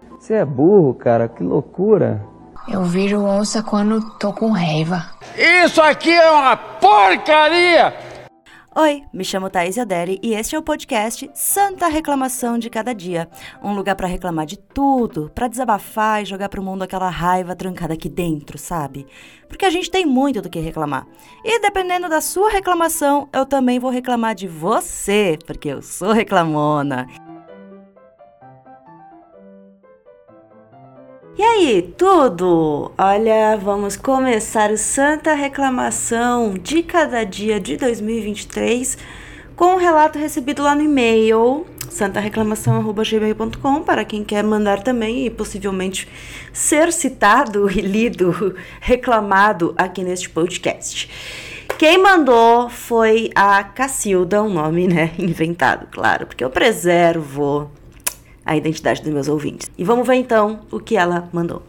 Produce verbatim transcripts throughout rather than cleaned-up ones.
Você é burro, cara, que loucura. Eu viro onça quando tô com raiva. Isso aqui é uma porcaria! Oi, me chamo Thaís Aderi e este é o podcast Santa Reclamação de Cada Dia. Um lugar pra reclamar de tudo, pra desabafar e jogar pro mundo aquela raiva trancada aqui dentro, sabe? Porque a gente tem muito do que reclamar. E dependendo da sua reclamação, eu também vou reclamar de você, porque eu sou reclamona. E aí, tudo? Olha, vamos começar o Santa Reclamação de Cada Dia de dois mil e vinte e três com um relato recebido lá no e-mail santa reclamação arroba gmail ponto com para quem quer mandar também e possivelmente ser citado e lido, reclamado aqui neste podcast. Quem mandou foi a Cacilda, um nome, né, inventado, claro, porque eu preservo a identidade dos meus ouvintes. E vamos ver então o que ela mandou.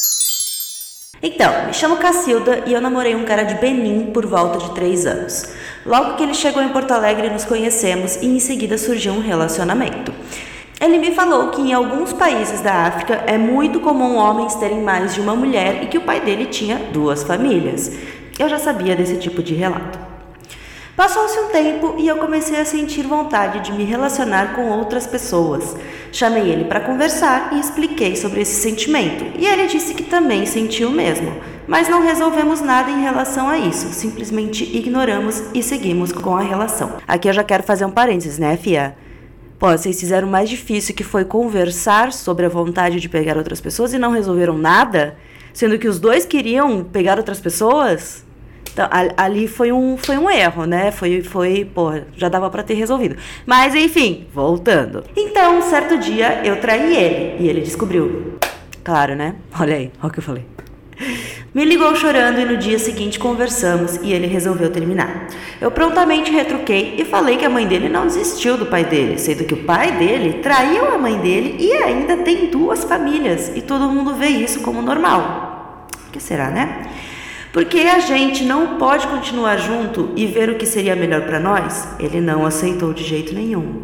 Então, me chamo Cacilda e eu namorei um cara de Benin por volta de três anos. Logo que ele chegou em Porto Alegre, nos conhecemos e em seguida surgiu um relacionamento. Ele me falou que em alguns países da África é muito comum homens terem mais de uma mulher e que o pai dele tinha duas famílias. Eu já sabia desse tipo de relato. Passou-se um tempo e eu comecei a sentir vontade de me relacionar com outras pessoas. Chamei ele para conversar e expliquei sobre esse sentimento. E ele disse que também sentiu o mesmo. Mas não resolvemos nada em relação a isso. Simplesmente ignoramos e seguimos com a relação. Aqui eu já quero fazer um parênteses, né, fia? Pô, vocês fizeram o mais difícil, que foi conversar sobre a vontade de pegar outras pessoas e não resolveram nada? Sendo que os dois queriam pegar outras pessoas? Então, ali foi um, foi um erro, né? Foi, foi, pô, já dava pra ter resolvido. Mas, enfim, voltando. Então, certo dia, eu traí ele. E ele descobriu. Claro, né? Olha aí, olha o que eu falei. Me ligou chorando e no dia seguinte conversamos e ele resolveu terminar. Eu prontamente retruquei e falei que a mãe dele não desistiu do pai dele, sendo que o pai dele traiu a mãe dele e ainda tem duas famílias. E todo mundo vê isso como normal. O que será, né? Porque a gente não pode continuar junto e ver o que seria melhor pra nós? Ele não aceitou de jeito nenhum.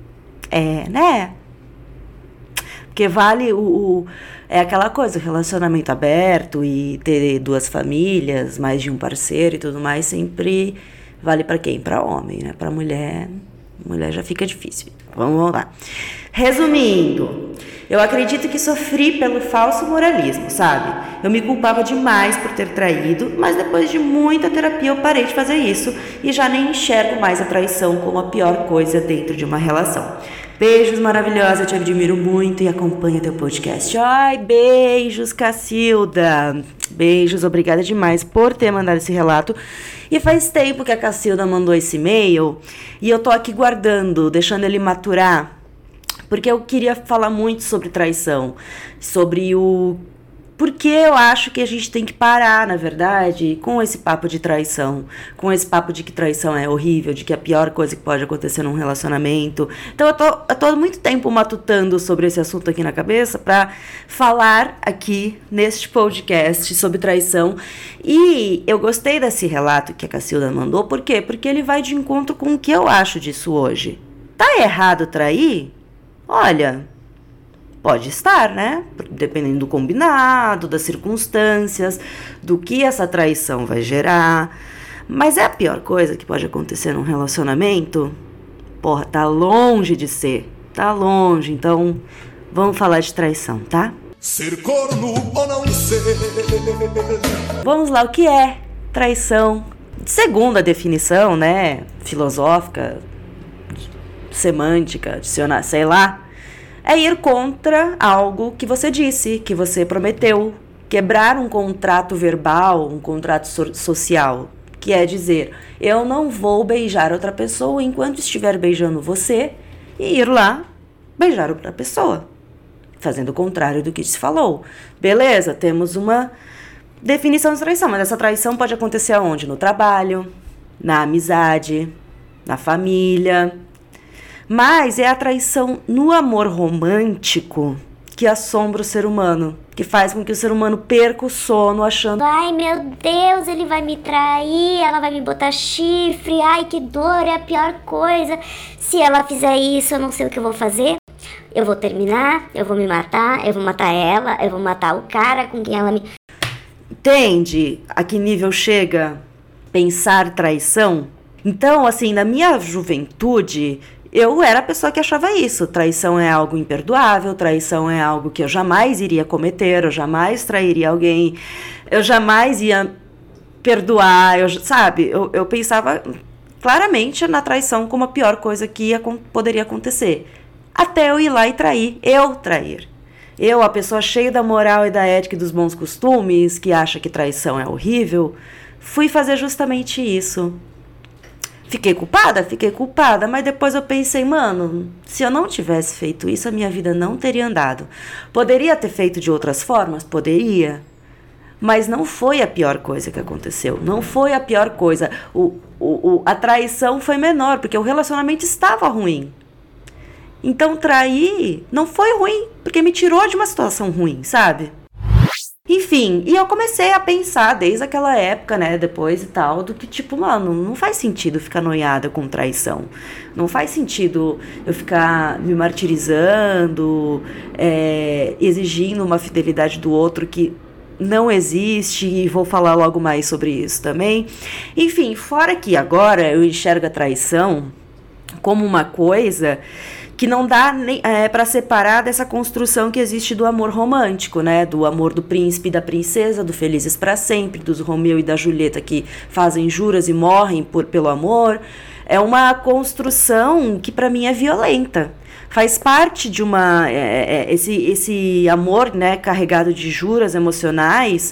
É, né? Porque vale o, o... É aquela coisa, o relacionamento aberto e ter duas famílias, mais de um parceiro e tudo mais, sempre vale pra quem? Pra homem, né? Pra mulher, mulher já fica difícil. Vamos lá. Resumindo, eu acredito que sofri pelo falso moralismo, sabe? Eu me culpava demais por ter traído, mas depois de muita terapia eu parei de fazer isso e já nem enxergo mais a traição como a pior coisa dentro de uma relação. Beijos maravilhosa, te admiro muito e acompanho teu podcast. Ai, beijos, Cacilda. Beijos, obrigada demais por ter mandado esse relato. E faz tempo que a Cacilda mandou esse e-mail e eu tô aqui guardando, deixando ele maturar. Porque eu queria falar muito sobre traição, sobre o porquê eu acho que a gente tem que parar, na verdade, com esse papo de traição, com esse papo de que traição é horrível, de que é a pior coisa que pode acontecer num relacionamento. Então eu tô, eu tô há muito tempo matutando sobre esse assunto aqui na cabeça para falar aqui neste podcast sobre traição. E eu gostei desse relato que a Cacilda mandou, por quê? Porque ele vai de encontro com o que eu acho disso hoje. Tá errado trair? Olha, pode estar, né? Dependendo do combinado, das circunstâncias, do que essa traição vai gerar. Mas é a pior coisa que pode acontecer num relacionamento? Porra, tá longe de ser. Tá longe. Então, vamos falar de traição, tá? Ser corno ou não ser. Vamos lá, o que é traição? Segundo a definição, né, filosófica, semântica, adicionar, sei lá, é ir contra algo que você disse, que você prometeu, quebrar um contrato verbal, um contrato so- social, que é dizer, eu não vou beijar outra pessoa enquanto estiver beijando você, e ir lá beijar outra pessoa, fazendo o contrário do que se falou. Beleza, temos uma definição de traição, mas essa traição pode acontecer aonde? No trabalho, na amizade, na família. Mas é a traição no amor romântico que assombra o ser humano, que faz com que o ser humano perca o sono achando, ai meu Deus, ele vai me trair, ela vai me botar chifre, ai que dor, é a pior coisa, se ela fizer isso eu não sei o que eu vou fazer. eu vou terminar, eu vou me matar, eu vou matar ela, eu vou matar o cara com quem ela me... Entende a que nível chega pensar traição? Então, assim, na minha juventude, eu era a pessoa que achava isso. Traição é algo imperdoável, traição é algo que eu jamais iria cometer, eu jamais trairia alguém, eu jamais ia perdoar, eu, sabe? Eu, eu pensava claramente na traição como a pior coisa que ia, poderia acontecer. Até eu ir lá e trair, eu trair. Eu, a pessoa cheia da moral e da ética e dos bons costumes, que acha que traição é horrível, fui fazer justamente isso. Fiquei culpada? Fiquei culpada, mas depois eu pensei, mano, se eu não tivesse feito isso, a minha vida não teria andado. Poderia ter feito de outras formas? Poderia. Mas não foi a pior coisa que aconteceu. Não foi a pior coisa. O, o, o, a traição foi menor, porque o relacionamento estava ruim. Então, trair não foi ruim, porque me tirou de uma situação ruim, sabe? Enfim, e eu comecei a pensar desde aquela época, né, depois e tal, do que tipo, mano, não faz sentido ficar noiada com traição. Não faz sentido eu ficar me martirizando, é, exigindo uma fidelidade do outro que não existe, e vou falar logo mais sobre isso também. Enfim, fora que agora eu enxergo a traição como uma coisa que não dá nem é, para separar dessa construção que existe do amor romântico, né? Do amor do príncipe e da princesa, do felizes para sempre, dos Romeu e da Julieta que fazem juras e morrem por, pelo amor. É uma construção que para mim é violenta. Faz parte de uma... É, é, esse, esse amor, né, carregado de juras emocionais,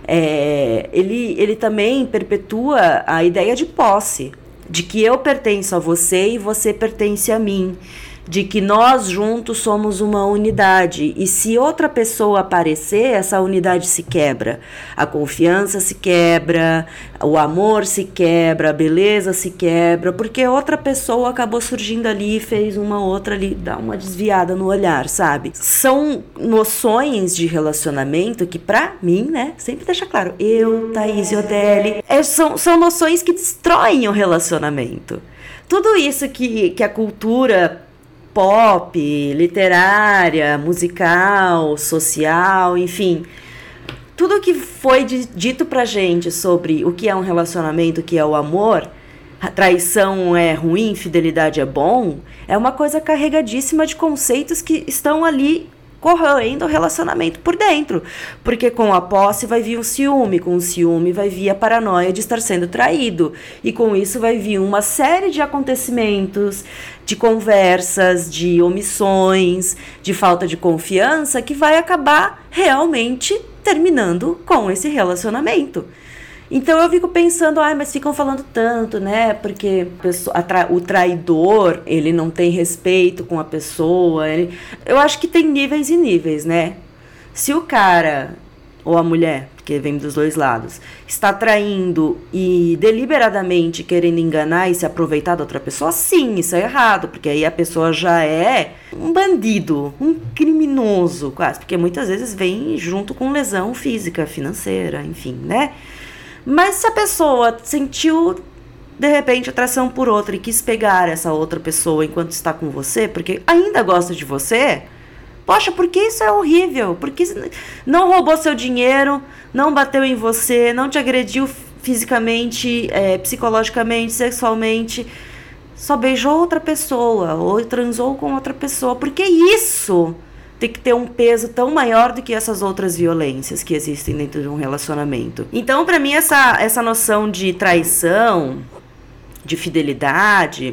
é, ele, ele também perpetua a ideia de posse, de que eu pertenço a você e você pertence a mim, de que nós juntos somos uma unidade, e se outra pessoa aparecer, essa unidade se quebra, a confiança se quebra, o amor se quebra, a beleza se quebra, porque outra pessoa acabou surgindo ali e fez uma outra ali, dá uma desviada no olhar, sabe? São noções de relacionamento que pra mim, né, sempre deixa claro, eu, Thaís e Odeli, é, são, são noções que destroem o relacionamento. Tudo isso que, que a cultura pop, literária, musical, social, enfim, tudo que foi dito pra gente sobre o que é um relacionamento, o que é o amor, a traição é ruim, fidelidade é bom, é uma coisa carregadíssima de conceitos que estão ali corroendo o relacionamento por dentro, porque com a posse vai vir um ciúme, com o ciúme vai vir a paranoia de estar sendo traído, e com isso vai vir uma série de acontecimentos, de conversas, de omissões, de falta de confiança, que vai acabar realmente terminando com esse relacionamento. Então eu fico pensando, ai, mas ficam falando tanto, né? Porque a tra- o traidor, ele não tem respeito com a pessoa. Ele... Eu acho que tem níveis e níveis, né? Se o cara, ou a mulher, porque vem dos dois lados, está traindo e deliberadamente querendo enganar e se aproveitar da outra pessoa, sim, isso é errado. Porque aí a pessoa já é um bandido, um criminoso quase. Porque muitas vezes vem junto com lesão física, financeira, enfim, né? Mas se a pessoa sentiu, de repente, atração por outra e quis pegar essa outra pessoa enquanto está com você, porque ainda gosta de você, poxa, porque isso é horrível? Porque não roubou seu dinheiro, não bateu em você, não te agrediu fisicamente, é, psicologicamente, sexualmente, só beijou outra pessoa ou transou com outra pessoa. Porque isso tem que ter um peso tão maior do que essas outras violências que existem dentro de um relacionamento. Então, pra mim, essa, essa noção de traição, de fidelidade,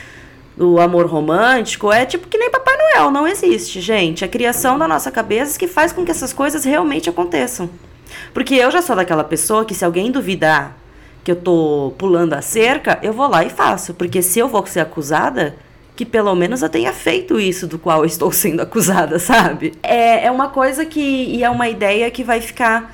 do amor romântico, é tipo que nem Papai Noel, não existe, gente. A criação da nossa cabeça que faz com que essas coisas realmente aconteçam. Porque eu já sou daquela pessoa que, se alguém duvidar que eu tô pulando a cerca, eu vou lá e faço. Porque se eu vou ser acusada, que pelo menos eu tenha feito isso do qual eu estou sendo acusada, sabe? É, é uma coisa que... E é uma ideia que vai ficar,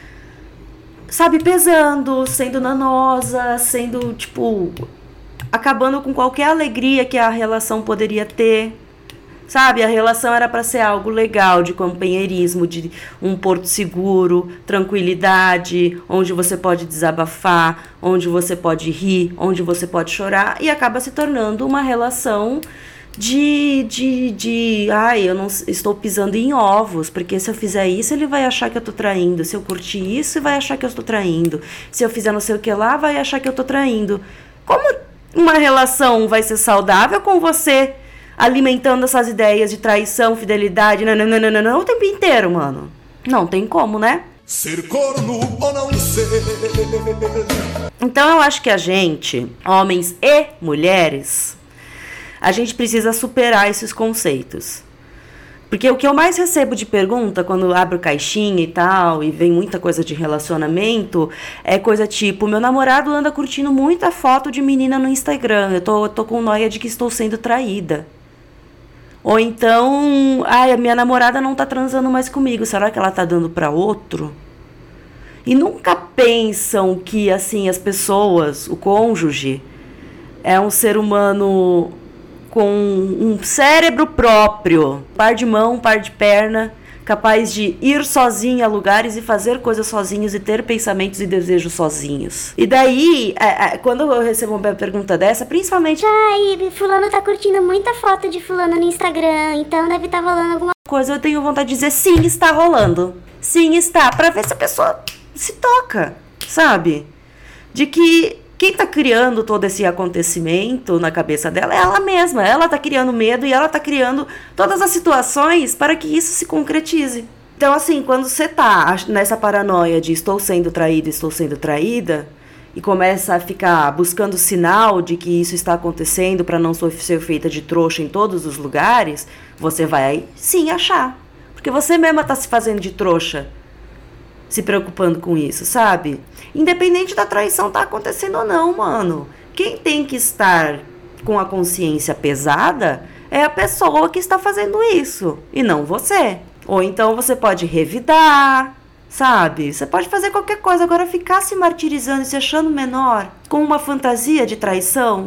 sabe, pesando, sendo danosa, sendo, tipo... acabando com qualquer alegria que a relação poderia ter. Sabe, a relação era para ser algo legal, de companheirismo, de um porto seguro, tranquilidade, onde você pode desabafar, onde você pode rir, onde você pode chorar, e acaba se tornando uma relação de, de, de, ai, eu não estou pisando em ovos, porque se eu fizer isso, ele vai achar que eu tô traindo. Se eu curtir isso, vai achar que eu estou traindo. Se eu fizer não sei o que lá, vai achar que eu tô traindo. Como uma relação vai ser saudável com você alimentando essas ideias de traição, fidelidade, não, não, não, não, não, o tempo inteiro, mano? Não tem como, né? Ser corno ou não ser. Então eu acho que a gente, homens e mulheres, a gente precisa superar esses conceitos. Porque o que eu mais recebo de pergunta quando abro caixinha e tal, e vem muita coisa de relacionamento, é coisa tipo, meu namorado anda curtindo muita foto de menina no Instagram, eu tô, eu tô com noia de que estou sendo traída. Ou então, ai, a minha namorada não tá transando mais comigo, será que ela tá dando pra outro? E nunca pensam que, assim, as pessoas, o cônjuge, é um ser humano com um cérebro próprio, um par de mão, um par de perna, capaz de ir sozinho a lugares e fazer coisas sozinhos e ter pensamentos e desejos sozinhos. E daí, é, é, quando eu recebo uma pergunta dessa, principalmente, ai, fulano tá curtindo muita foto de fulano no Instagram, então deve estar rolando alguma coisa, eu tenho vontade de dizer, sim, está rolando. Sim, está, pra ver se a pessoa se toca, sabe? De que quem tá criando todo esse acontecimento na cabeça dela é ela mesma. Ela tá criando medo e ela tá criando todas as situações para que isso se concretize. Então, assim, quando você tá nessa paranoia de estou sendo traída, estou sendo traída, e começa a ficar buscando sinal de que isso está acontecendo para não ser feita de trouxa em todos os lugares, você vai sim achar. Porque você mesma tá se fazendo de trouxa, se preocupando com isso, sabe? Independente da traição tá acontecendo ou não, mano. Quem tem que estar com a consciência pesada é a pessoa que está fazendo isso, e não você. Ou então você pode revidar, sabe? Você pode fazer qualquer coisa. Agora ficar se martirizando e se achando menor com uma fantasia de traição,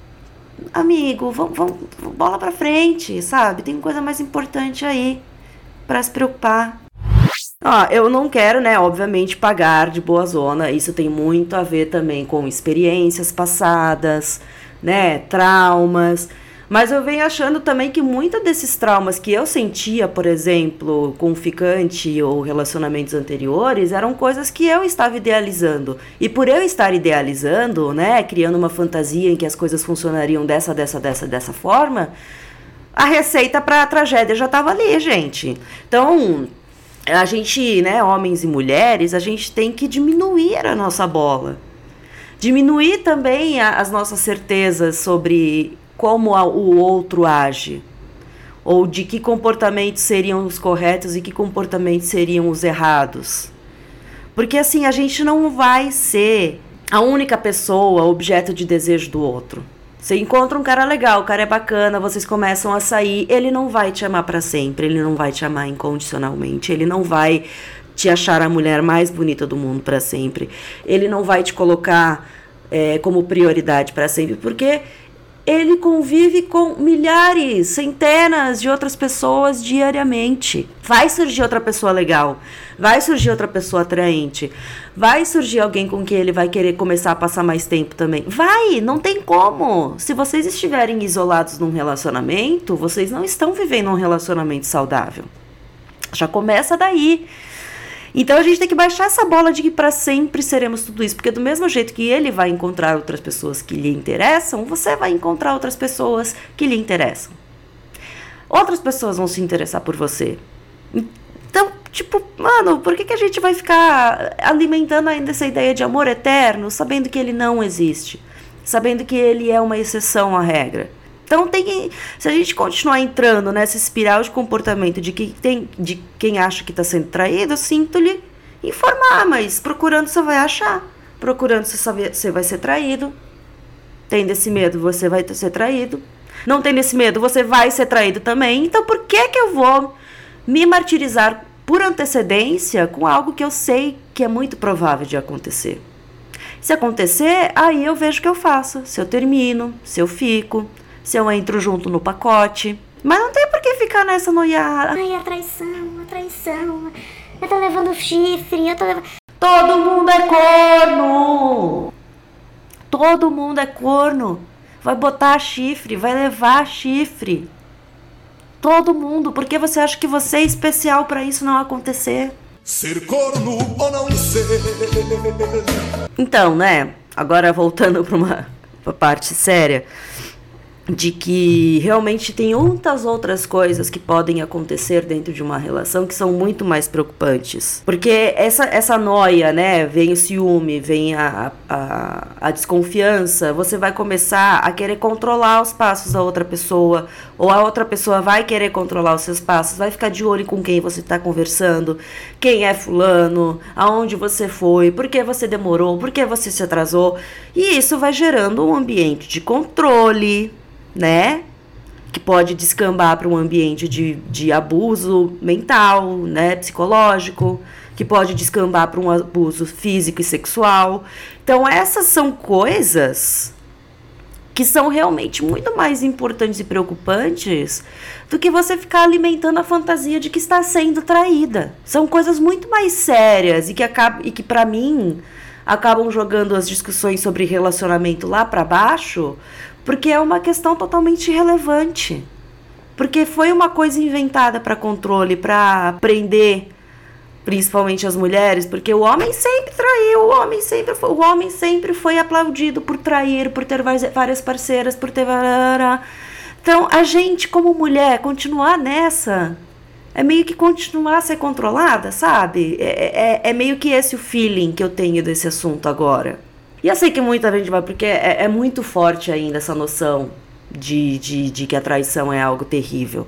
amigo, vamos, vamos bola pra frente, sabe? Tem coisa mais importante aí pra se preocupar. Ó, eu não quero, né, obviamente, pagar de boa zona. Isso tem muito a ver também com experiências passadas, né, traumas. Mas eu venho achando também que muitos desses traumas que eu sentia, por exemplo, com o ficante ou relacionamentos anteriores, eram coisas que eu estava idealizando. E por eu estar idealizando, né, criando uma fantasia em que as coisas funcionariam dessa, dessa, dessa, dessa forma, a receita para a tragédia já estava ali, gente. Então, a gente, né, homens e mulheres, a gente tem que diminuir a nossa bola. Diminuir também a, as nossas certezas sobre como a, o outro age. Ou de que comportamentos seriam os corretos e que comportamentos seriam os errados. Porque assim, a gente não vai ser a única pessoa objeto de desejo do outro. Você encontra um cara legal, o cara é bacana, vocês começam a sair, ele não vai te amar pra sempre, ele não vai te amar incondicionalmente, ele não vai te achar a mulher mais bonita do mundo pra sempre, ele não vai te colocar é, como prioridade pra sempre, porque ele convive com milhares, centenas de outras pessoas diariamente. Vai surgir outra pessoa legal, vai surgir outra pessoa atraente, vai surgir alguém com quem ele vai querer começar a passar mais tempo também. Vai, não tem como. Se vocês estiverem isolados num relacionamento, vocês não estão vivendo um relacionamento saudável. Já começa daí. Então a gente tem que baixar essa bola de que para sempre seremos tudo isso, porque do mesmo jeito que ele vai encontrar outras pessoas que lhe interessam, você vai encontrar outras pessoas que lhe interessam. Outras pessoas vão se interessar por você. Então, tipo, mano, por que, que a gente vai ficar alimentando ainda essa ideia de amor eterno, sabendo que ele não existe, sabendo que ele é uma exceção à regra? Então, tem que, se a gente continuar entrando nessa espiral de comportamento de, que tem, de quem acha que está sendo traído, eu sinto-lhe informar, mas procurando você vai achar. Procurando você vai ser traído. Tendo esse medo, você vai ser traído. Não tendo esse medo, você vai ser traído também. Então, por que que eu vou me martirizar por antecedência com algo que eu sei que é muito provável de acontecer? Se acontecer, aí eu vejo o que eu faço. Se eu termino, se eu fico, se eu entro junto no pacote. Mas não tem por que ficar nessa noiada. Ai, a traição, a traição. Eu tô levando chifre, eu tô levando... Todo mundo é corno! Todo mundo é corno. vai botar chifre, vai levar chifre. Todo mundo, porque você acha que você é especial pra isso não acontecer? Ser corno ou não ser. Então, né, agora voltando pra uma pra parte séria, de que realmente tem muitas outras coisas que podem acontecer dentro de uma relação que são muito mais preocupantes. Porque essa, essa noia, né, vem o ciúme, vem a, a, a desconfiança, você vai começar a querer controlar os passos da outra pessoa, ou a outra pessoa vai querer controlar os seus passos, vai ficar de olho com quem você está conversando, quem é fulano, aonde você foi, por que você demorou, por que você se atrasou, e isso vai gerando um ambiente de controle, né, que pode descambar para um ambiente de, de abuso mental, né, psicológico, que pode descambar para um abuso físico e sexual. Então essas são coisas que são realmente muito mais importantes e preocupantes do que você ficar alimentando a fantasia de que está sendo traída. São coisas muito mais sérias e que, acabam, e que para mim, acabam jogando as discussões sobre relacionamento lá para baixo, porque é uma questão totalmente irrelevante. Porque foi uma coisa inventada para controle, para prender, principalmente as mulheres, porque o homem sempre traiu, o homem sempre foi, o homem sempre foi aplaudido por trair, por ter várias parceiras, por ter... Então, a gente, como mulher, continuar nessa é meio que continuar a ser controlada, sabe? É, é, é meio que esse o feeling que eu tenho desse assunto agora. E eu sei que muita gente vai, porque é, é muito forte ainda essa noção de, de, de que a traição é algo terrível.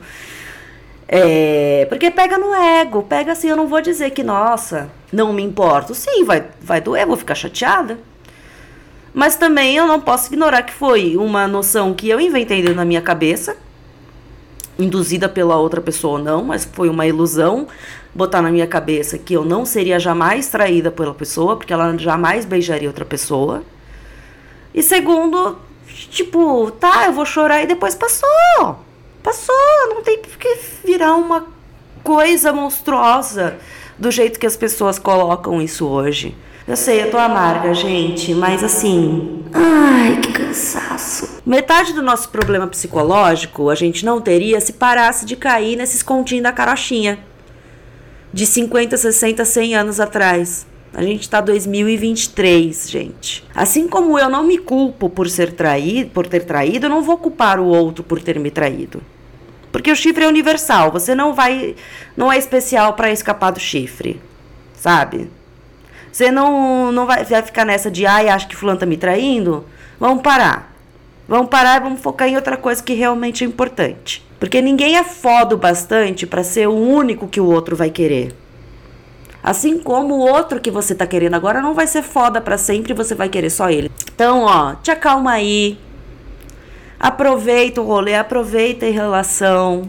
É, porque pega no ego, pega assim, eu não vou dizer que, nossa, não me importo. Sim, vai, vai doer, vou ficar chateada. Mas também eu não posso ignorar que foi uma noção que eu inventei na minha cabeça, induzida pela outra pessoa ou não, mas foi uma ilusão botar na minha cabeça que eu não seria jamais traída pela pessoa, porque ela jamais beijaria outra pessoa. E segundo, tipo, tá, eu vou chorar e depois passou. Passou, não tem por que virar uma coisa monstruosa do jeito que as pessoas colocam isso hoje. Eu sei, eu tô amarga, gente, mas assim... Ai, que cansaço. Metade do nosso problema psicológico a gente não teria se parasse de cair nesses continhos da carochinha. De cinquenta, sessenta, cem anos atrás. A gente tá em dois mil e vinte e três, gente. Assim como eu não me culpo por ser traído, por ter traído, eu não vou culpar o outro por ter me traído. Porque o chifre é universal. Você não vai... Não é especial pra escapar do chifre. Sabe? Você não, não vai, vai ficar nessa de, ai, acho que fulano tá me traindo. Vamos parar. Vamos parar e vamos focar em outra coisa que realmente é importante. Porque ninguém é foda o bastante pra ser o único que o outro vai querer. Assim como o outro que você tá querendo agora não vai ser foda pra sempre e você vai querer só ele. Então, ó, te acalma aí. Aproveita o rolê, aproveita a relação.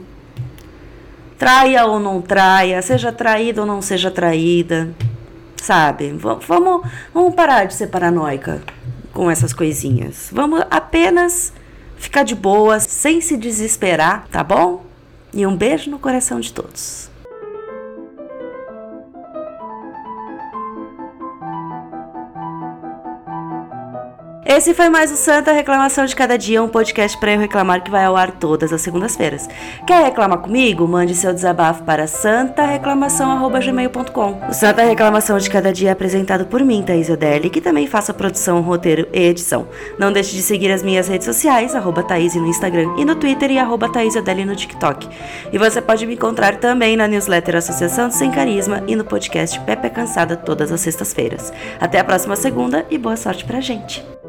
Traia ou não traia, seja traída ou não seja traída. Sabe? Vamos, vamos parar de ser paranoica com essas coisinhas. Vamos apenas ficar de boa, sem se desesperar, tá bom? E um beijo no coração de todos. Esse foi mais o Santa Reclamação de Cada Dia, um podcast para eu reclamar que vai ao ar todas as segundas-feiras. Quer reclamar comigo? Mande seu desabafo para santa reclamação arroba gmail ponto com. O Santa Reclamação de Cada Dia é apresentado por mim, Thaís Odelli, que também faço a produção, roteiro e edição. Não deixe de seguir as minhas redes sociais, arroba Thaís no Instagram e no Twitter e arroba Thaís Odelli no TikTok. E você pode me encontrar também na newsletter Associação do Sem Carisma e no podcast Pepe é Cansada todas as sextas-feiras. Até a próxima segunda e boa sorte pra gente!